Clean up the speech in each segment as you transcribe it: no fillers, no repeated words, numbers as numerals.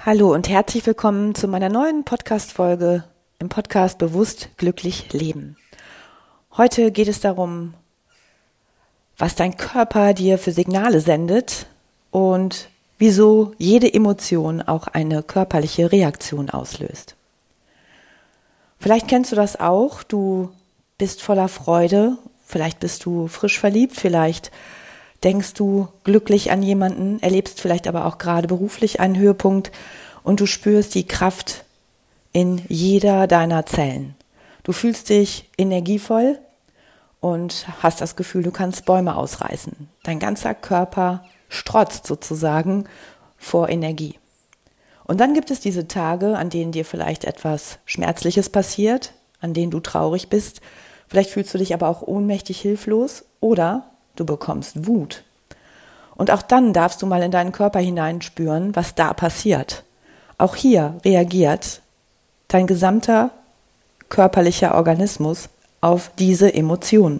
Hallo und herzlich willkommen zu meiner neuen Podcast-Folge im Podcast Bewusst glücklich leben. Heute geht es darum, was dein Körper dir für Signale sendet und wieso jede Emotion auch eine körperliche Reaktion auslöst. Vielleicht kennst du das auch, du bist voller Freude, vielleicht bist du frisch verliebt, vielleicht denkst du glücklich an jemanden, erlebst vielleicht aber auch gerade beruflich einen Höhepunkt und du spürst die Kraft in jeder deiner Zellen. Du fühlst dich energievoll und hast das Gefühl, du kannst Bäume ausreißen. Dein ganzer Körper strotzt sozusagen vor Energie. Und dann gibt es diese Tage, an denen dir vielleicht etwas Schmerzliches passiert, an denen du traurig bist. Vielleicht fühlst du dich aber auch ohnmächtig hilflos oder du bekommst Wut. Und auch dann darfst du mal in deinen Körper hineinspüren, was da passiert. Auch hier reagiert dein gesamter körperlicher Organismus auf diese Emotionen.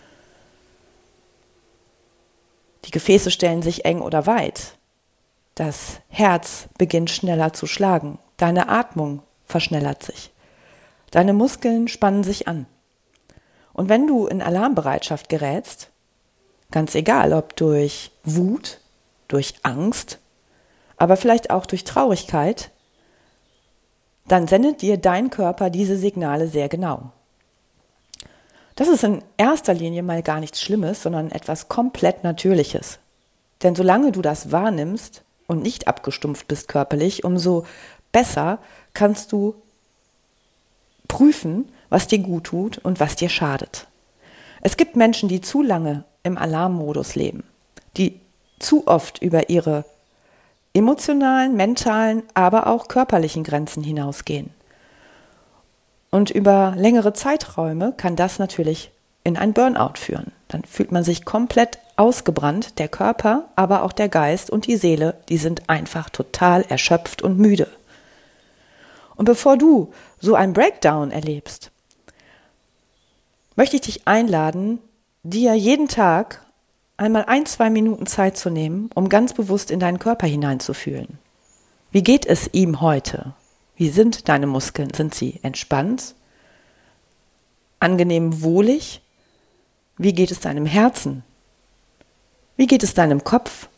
Die Gefäße stellen sich eng oder weit. Das Herz beginnt schneller zu schlagen. Deine Atmung verschnellert sich. Deine Muskeln spannen sich an. Und wenn du in Alarmbereitschaft gerätst, ganz egal, ob durch Wut, durch Angst, aber vielleicht auch durch Traurigkeit, dann sendet dir dein Körper diese Signale sehr genau. Das ist in erster Linie mal gar nichts Schlimmes, sondern etwas komplett Natürliches. Denn solange du das wahrnimmst und nicht abgestumpft bist körperlich, umso besser kannst du prüfen, was dir gut tut und was dir schadet. Es gibt Menschen, die zu lange im Alarmmodus leben, die zu oft über ihre emotionalen, mentalen, aber auch körperlichen Grenzen hinausgehen. Und über längere Zeiträume kann das natürlich in ein Burnout führen. Dann fühlt man sich komplett ausgebrannt, der Körper, aber auch der Geist und die Seele, die sind einfach total erschöpft und müde. Und bevor du so einen Breakdown erlebst, möchte ich dich einladen, dir jeden Tag einmal 1-2 Minuten Zeit zu nehmen, um ganz bewusst in deinen Körper hineinzufühlen. Wie geht es ihm heute? Wie sind deine Muskeln? Sind sie entspannt? Angenehm wohlig? Wie geht es deinem Herzen? Wie geht es deinem Kopf?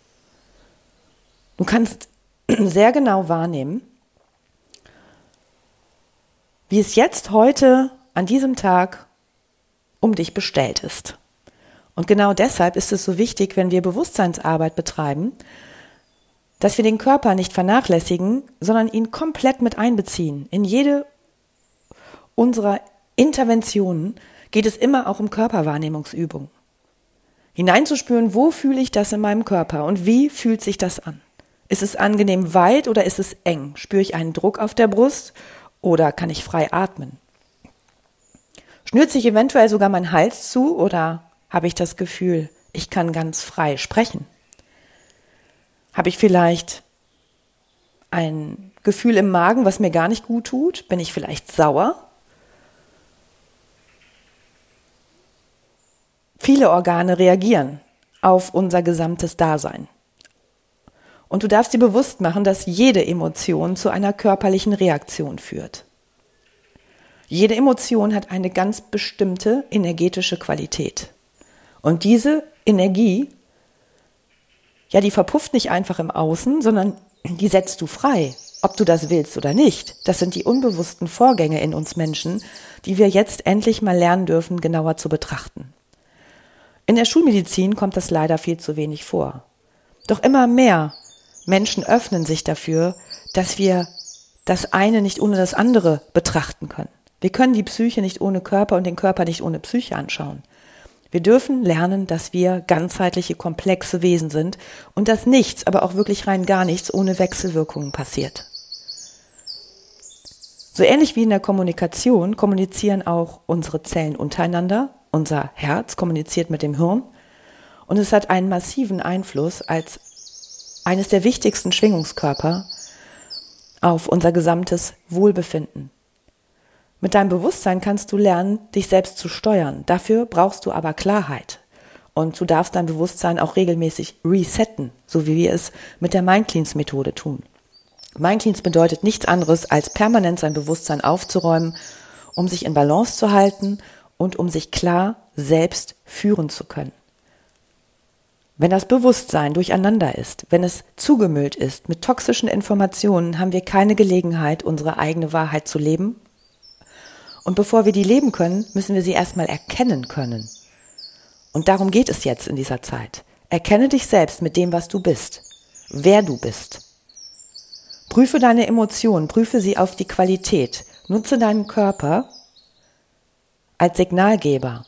Du kannst sehr genau wahrnehmen, wie es jetzt heute an diesem Tag um dich bestellt ist. Und genau deshalb ist es so wichtig, wenn wir Bewusstseinsarbeit betreiben, dass wir den Körper nicht vernachlässigen, sondern ihn komplett mit einbeziehen. In jede unserer Interventionen geht es immer auch um Körperwahrnehmungsübungen. Hineinzuspüren, wo fühle ich das in meinem Körper und wie fühlt sich das an? Ist es angenehm weit oder ist es eng? Spüre ich einen Druck auf der Brust oder kann ich frei atmen? Schnürt sich eventuell sogar mein Hals zu oder habe ich das Gefühl, ich kann ganz frei sprechen? Habe ich vielleicht ein Gefühl im Magen, was mir gar nicht gut tut? Bin ich vielleicht sauer? Viele Organe reagieren auf unser gesamtes Dasein. Und du darfst dir bewusst machen, dass jede Emotion zu einer körperlichen Reaktion führt. Jede Emotion hat eine ganz bestimmte energetische Qualität. Und diese Energie, ja, die verpufft nicht einfach im Außen, sondern die setzt du frei, ob du das willst oder nicht. Das sind die unbewussten Vorgänge in uns Menschen, die wir jetzt endlich mal lernen dürfen, genauer zu betrachten. In der Schulmedizin kommt das leider viel zu wenig vor. Doch immer mehr Menschen öffnen sich dafür, dass wir das eine nicht ohne das andere betrachten können. Wir können die Psyche nicht ohne Körper und den Körper nicht ohne Psyche anschauen. Wir dürfen lernen, dass wir ganzheitliche, komplexe Wesen sind und dass nichts, aber auch wirklich rein gar nichts ohne Wechselwirkungen passiert. So ähnlich wie in der Kommunikation kommunizieren auch unsere Zellen untereinander. Unser Herz kommuniziert mit dem Hirn und es hat einen massiven Einfluss als eines der wichtigsten Schwingungskörper auf unser gesamtes Wohlbefinden. Mit deinem Bewusstsein kannst du lernen, dich selbst zu steuern. Dafür brauchst du aber Klarheit. Und du darfst dein Bewusstsein auch regelmäßig resetten, so wie wir es mit der Mind Cleans Methode tun. Mindcleanse bedeutet nichts anderes, als permanent sein Bewusstsein aufzuräumen, um sich in Balance zu halten und um sich klar selbst führen zu können. Wenn das Bewusstsein durcheinander ist, wenn es zugemüllt ist mit toxischen Informationen, haben wir keine Gelegenheit, unsere eigene Wahrheit zu leben. Und bevor wir die leben können, müssen wir sie erstmal erkennen können. Und darum geht es jetzt in dieser Zeit. Erkenne dich selbst mit dem, was du bist, wer du bist. Prüfe deine Emotionen, prüfe sie auf die Qualität. Nutze deinen Körper als Signalgeber.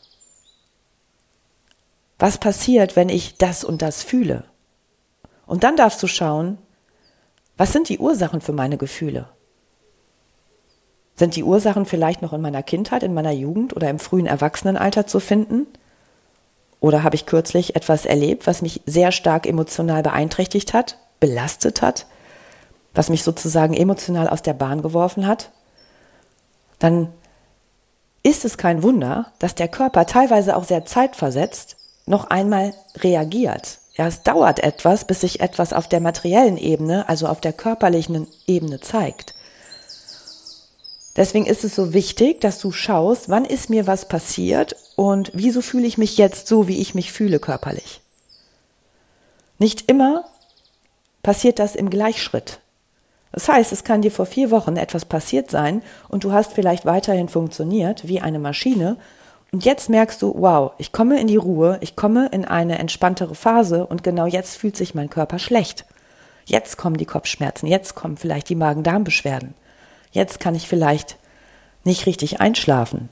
Was passiert, wenn ich das und das fühle? Und dann darfst du schauen, was sind die Ursachen für meine Gefühle? Sind die Ursachen vielleicht noch in meiner Kindheit, in meiner Jugend oder im frühen Erwachsenenalter zu finden? Oder habe ich kürzlich etwas erlebt, was mich sehr stark emotional beeinträchtigt hat, belastet hat, was mich sozusagen emotional aus der Bahn geworfen hat? Dann ist es kein Wunder, dass der Körper teilweise auch sehr zeitversetzt noch einmal reagiert. Ja, es dauert etwas, bis sich etwas auf der materiellen Ebene, also auf der körperlichen Ebene zeigt. Deswegen ist es so wichtig, dass du schaust, wann ist mir was passiert und wieso fühle ich mich jetzt so, wie ich mich fühle körperlich. Nicht immer passiert das im Gleichschritt. Das heißt, es kann dir vor 4 Wochen etwas passiert sein und du hast vielleicht weiterhin funktioniert wie eine Maschine und jetzt merkst du, wow, ich komme in die Ruhe, ich komme in eine entspanntere Phase und genau jetzt fühlt sich mein Körper schlecht. Jetzt kommen die Kopfschmerzen, jetzt kommen vielleicht die Magen-Darm-Beschwerden. Jetzt kann ich vielleicht nicht richtig einschlafen.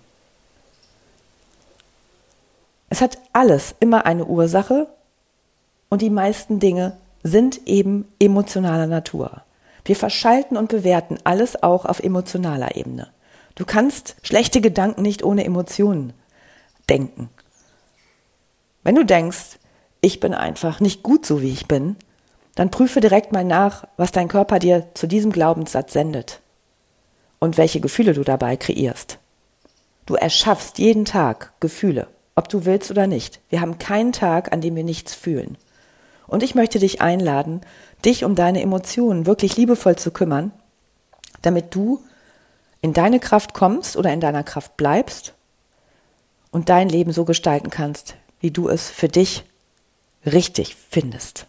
Es hat alles immer eine Ursache und die meisten Dinge sind eben emotionaler Natur. Wir verschalten und bewerten alles auch auf emotionaler Ebene. Du kannst schlechte Gedanken nicht ohne Emotionen denken. Wenn du denkst, ich bin einfach nicht gut so, wie ich bin, dann prüfe direkt mal nach, was dein Körper dir zu diesem Glaubenssatz sendet und welche Gefühle du dabei kreierst. Du erschaffst jeden Tag Gefühle, ob du willst oder nicht. Wir haben keinen Tag, an dem wir nichts fühlen. Und ich möchte dich einladen, dich um deine Emotionen wirklich liebevoll zu kümmern, damit du in deine Kraft kommst oder in deiner Kraft bleibst und dein Leben so gestalten kannst, wie du es für dich richtig findest.